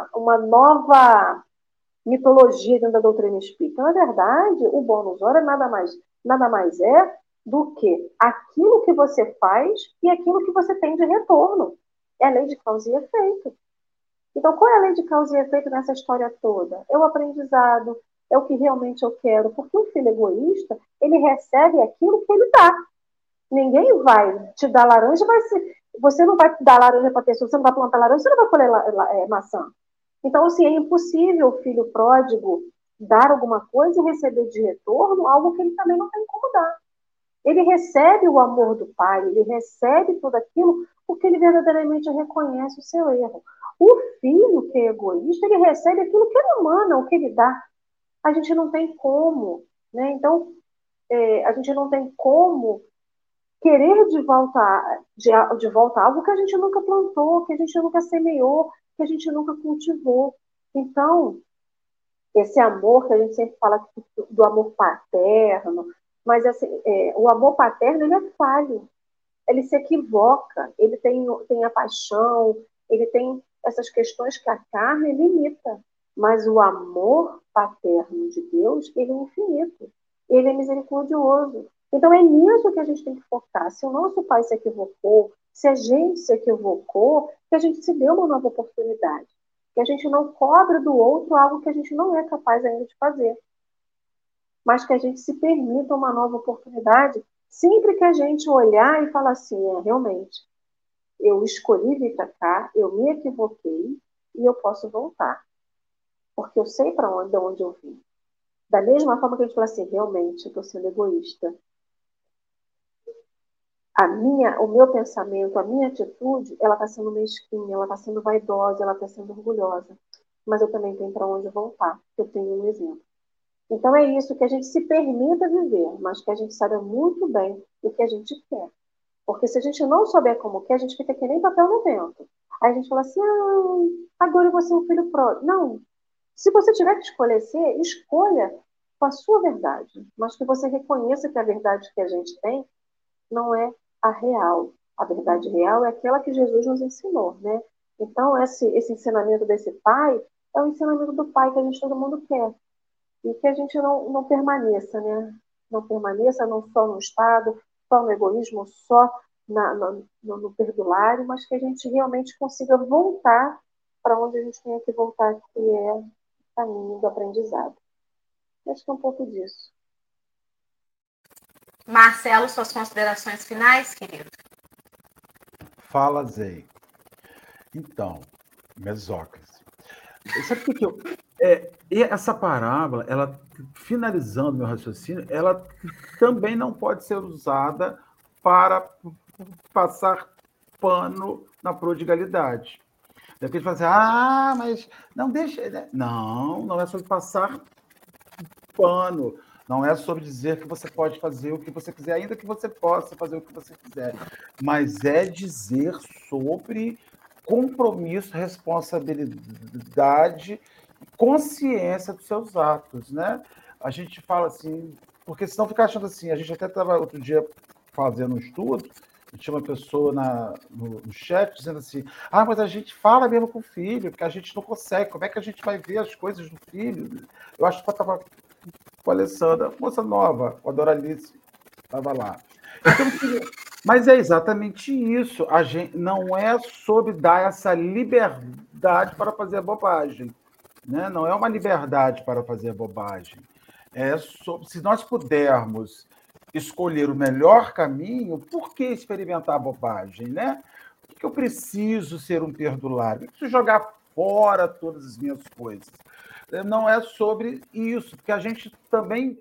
nova mitologia dentro da doutrina espírita. Na verdade, o bônus hora nada mais é do que aquilo que você faz e aquilo que você tem de retorno. É a lei de causa e efeito. Então, qual é a lei de causa e efeito nessa história toda? É o aprendizado, é o que realmente eu quero. Porque o filho egoísta, ele recebe aquilo que ele dá. Ninguém vai te dar laranja, você não vai dar laranja para a pessoa, você não vai plantar laranja, você não vai colher maçã. Então, assim, é impossível o filho pródigo dar alguma coisa e receber de retorno algo que ele também não tem como dar. Ele recebe o amor do pai, ele recebe tudo aquilo porque ele verdadeiramente reconhece o seu erro. O filho que é egoísta, ele recebe aquilo que ele emana, o que ele dá. A gente não tem como, né? Então, a gente não tem como querer de volta algo que a gente nunca plantou, que a gente nunca semeou, que a gente nunca cultivou. Então, esse amor que a gente sempre fala do amor paterno, mas assim, o amor paterno ele é falho, ele se equivoca, ele tem a paixão, ele tem essas questões que a carne limita, mas o amor paterno de Deus, ele é infinito, ele é misericordioso. Então é nisso que a gente tem que focar. Se o nosso pai se equivocou, se a gente se equivocou, que a gente se dê uma nova oportunidade. Que a gente não cobra do outro algo que a gente não é capaz ainda de fazer. Mas que a gente se permita uma nova oportunidade sempre que a gente olhar e falar assim, realmente, eu escolhi vir para cá, eu me equivoquei e eu posso voltar. Porque eu sei para onde eu vim. Da mesma forma que a gente fala assim, realmente, eu estou sendo egoísta. O meu pensamento, a minha atitude, ela está sendo mesquinha, ela está sendo vaidosa, ela está sendo orgulhosa. Mas eu também tenho para onde voltar. Eu tenho um exemplo. Então é isso, que a gente se permita viver, mas que a gente saiba muito bem o que a gente quer. Porque se a gente não souber como quer, a gente fica que nem papel no vento. Aí a gente fala assim, agora eu vou ser um filho pródigo. Não. Se você tiver que escolher ser, escolha com a sua verdade. Mas que você reconheça que a verdade que a gente tem não é a real. A verdade real é aquela que Jesus nos ensinou, né? Então, esse ensinamento desse pai é o ensinamento do pai que a gente todo mundo quer. E que a gente não permaneça, né? Não permaneça não só no Estado, só no egoísmo, só no perdulário, mas que a gente realmente consiga voltar para onde a gente tem que voltar, que é o caminho do aprendizado. Acho que é um pouco disso. Marcelo, suas considerações finais, querido? Fala, Zey. Então, Mesóclise. Sabe o que eu... essa parábola, ela, finalizando meu raciocínio, ela também não pode ser usada para passar pano na prodigalidade. Daquele fala assim, mas não deixa... Né? Não é sobre passar pano. Não é sobre dizer que você pode fazer o que você quiser, ainda que você possa fazer o que você quiser. Mas é dizer sobre compromisso, responsabilidade, consciência dos seus atos, né? A gente fala assim, porque senão fica achando assim, a gente até estava outro dia fazendo um estudo, e tinha uma pessoa no chat dizendo assim, mas a gente fala mesmo com o filho, porque a gente não consegue, como é que a gente vai ver as coisas do filho? Eu acho que eu estava com a Alessandra, moça nova, a Doralice, estava lá. Então, mas é exatamente isso. A gente não é sobre dar essa liberdade para fazer bobagem. Né? Não é uma liberdade para fazer bobagem. É sobre, se nós pudermos escolher o melhor caminho, por que experimentar bobagem? Né? Por que eu preciso ser um perdulário? Eu preciso jogar fora todas as minhas coisas. Não é sobre isso, porque a gente também...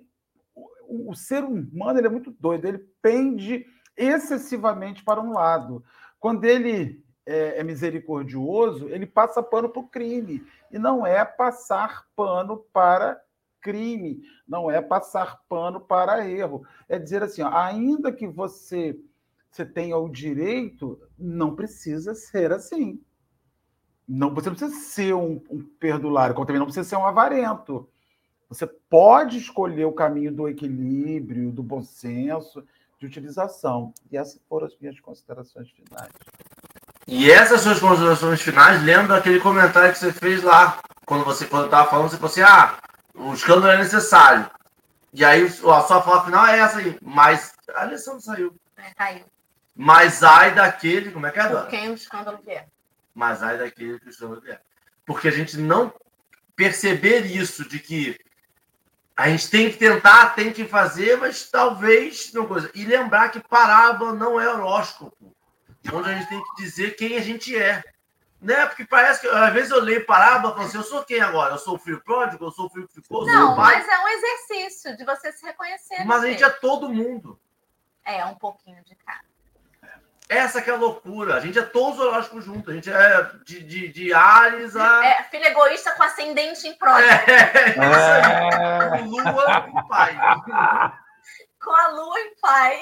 O ser humano ele é muito doido, ele pende excessivamente para um lado. Quando ele é misericordioso, ele passa pano para o crime. E não é passar pano para crime, não é passar pano para erro. É dizer assim, ainda que você tenha o direito, não precisa ser assim. Não, você não precisa ser um perdulário, como também não precisa ser um avarento. Você pode escolher o caminho do equilíbrio, do bom senso, de utilização. E essas foram as minhas considerações finais. E essas suas considerações finais lembram aquele comentário que você fez lá, quando estava falando, você falou assim, o escândalo é necessário. E aí a sua fala final é essa aí. Mas a lição saiu. Caiu. Mas ai daquele... Como é que é, Dora? Por quem o escândalo vier. Mas ai daquele que o escândalo vier. Porque a gente não perceber isso, de que a gente tem que tentar, tem que fazer, mas talvez não coisa. E lembrar que parábola não é horóscopo, onde a gente tem que dizer quem a gente é. Né? Porque parece que, às vezes, eu leio parábola e falo assim, eu sou quem agora? Eu sou o filho pródigo? Eu sou o filho que ficou? Não, mas é um exercício de você se reconhecer. Mas a gente é todo mundo. É um pouquinho de cada. Essa que é a loucura. A gente é todos os horóscopos juntos. A gente é de Ares a... filho egoísta com ascendente em próximo. Com Lua e Pai. Com a Lua em Pai.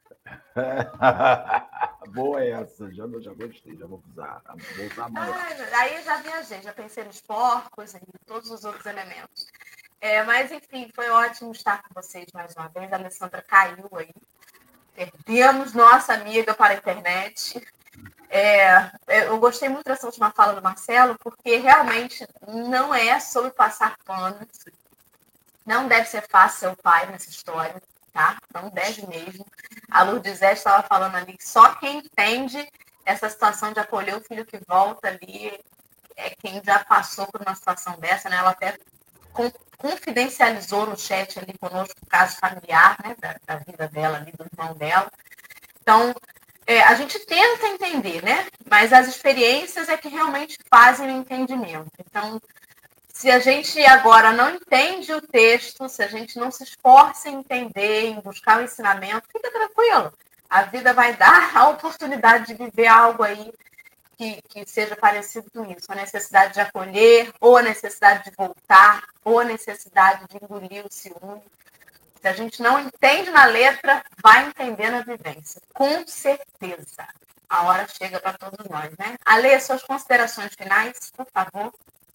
Boa essa, já gostei, já vou usar amanhã. Aí eu já viajei, já pensei nos porcos e todos os outros elementos. Mas, enfim, foi ótimo estar com vocês mais uma vez. A Alessandra caiu aí. Perdemos nossa amiga para a internet. Eu gostei muito dessa última fala do Marcelo, porque realmente não é sobre passar pano. Não deve ser fácil ser o pai nessa história, tá? Não deve mesmo. A Lourdes estava falando ali que só quem entende essa situação de acolher o filho que volta ali é quem já passou por uma situação dessa, né? Ela até confidencializou no chat ali conosco o caso familiar, né? Da vida dela ali, do irmão dela. Então, a gente tenta entender, né? Mas as experiências é que realmente fazem o entendimento. Então, se a gente agora não entende o texto, se a gente não se esforça em entender, em buscar o ensinamento, fica tranquilo. A vida vai dar a oportunidade de viver algo aí que seja parecido com isso. A necessidade de acolher, ou a necessidade de voltar, ou a necessidade de engolir o ciúme. Se a gente não entende na letra, vai entender na vivência. Com certeza. A hora chega para todos nós, né? Ale, suas considerações finais, por favor.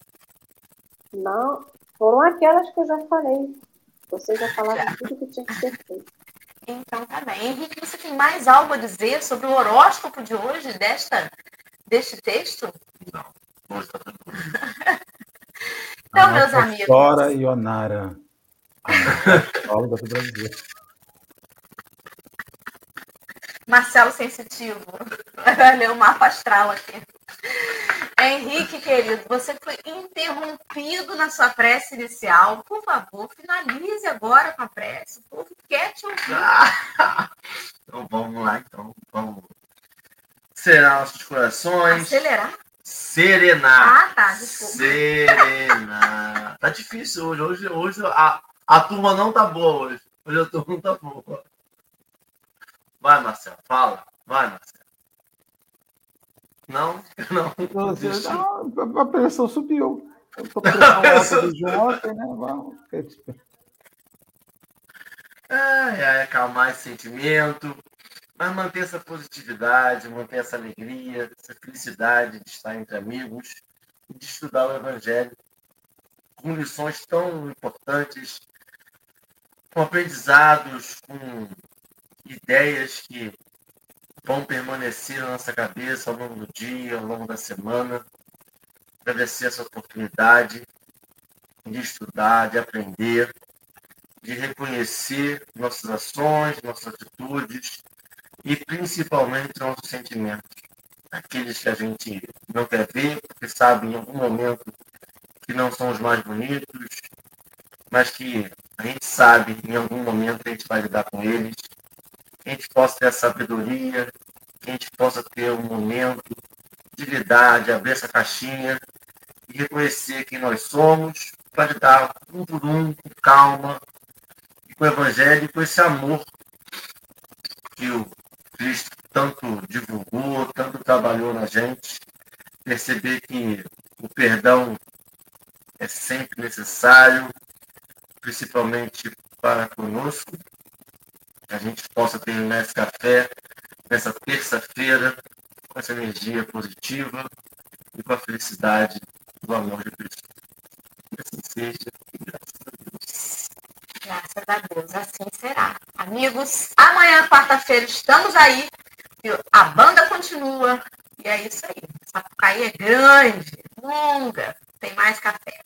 Não, foram aquelas que eu já falei. Você já falava tudo que tinha que ser feito. Então tá bem. Henrique, você tem mais algo a dizer sobre o horóscopo de hoje, deste texto? Não, hoje tá tranquilo. Então, meus amigos. Sora Ionara, a psicóloga do Brasil. Marcelo Sensitivo. Vai ler o mapa astral aqui. Henrique, querido, você foi interrompido na sua prece inicial. Por favor, finalize agora com a prece. O povo quer te ouvir. Então vamos lá, então. Vamos serenar nossos corações. Acelerar? Serenar. Tá, desculpa. Serenar. Tá difícil hoje. Hoje a turma não tá boa hoje. Hoje a turma não tá boa. Vai, Marcelo, fala. Vai, Marcelo. Não. Não, a pressão subiu. Eu estou pressão alta desde ontem, né? Vamos. Acalmar esse sentimento, mas manter essa positividade, manter essa alegria, essa felicidade de estar entre amigos e de estudar o Evangelho com lições tão importantes, com aprendizados, com ideias que vão permanecer na nossa cabeça ao longo do dia, ao longo da semana. Agradecer essa oportunidade de estudar, de aprender, de reconhecer nossas ações, nossas atitudes e principalmente nossos sentimentos. Aqueles que a gente não quer ver, porque sabe em algum momento que não são os mais bonitos, mas que a gente sabe em algum momento a gente vai lidar com eles. Que a gente possa ter a sabedoria, que a gente possa ter um momento de lidar, de abrir essa caixinha e reconhecer quem nós somos, para lidar um por um, com calma, e com o Evangelho, e com esse amor que o Cristo tanto divulgou, tanto trabalhou na gente, perceber que o perdão é sempre necessário, principalmente para conosco, que a gente possa terminar esse café nessa terça-feira com essa energia positiva e com a felicidade do amor de Cristo. Que assim seja, e graças a Deus. Graças a Deus, assim será. Amigos, amanhã, quarta-feira, estamos aí. A banda continua. E é isso aí. Essa Sapucaí é grande, longa. Tem mais café.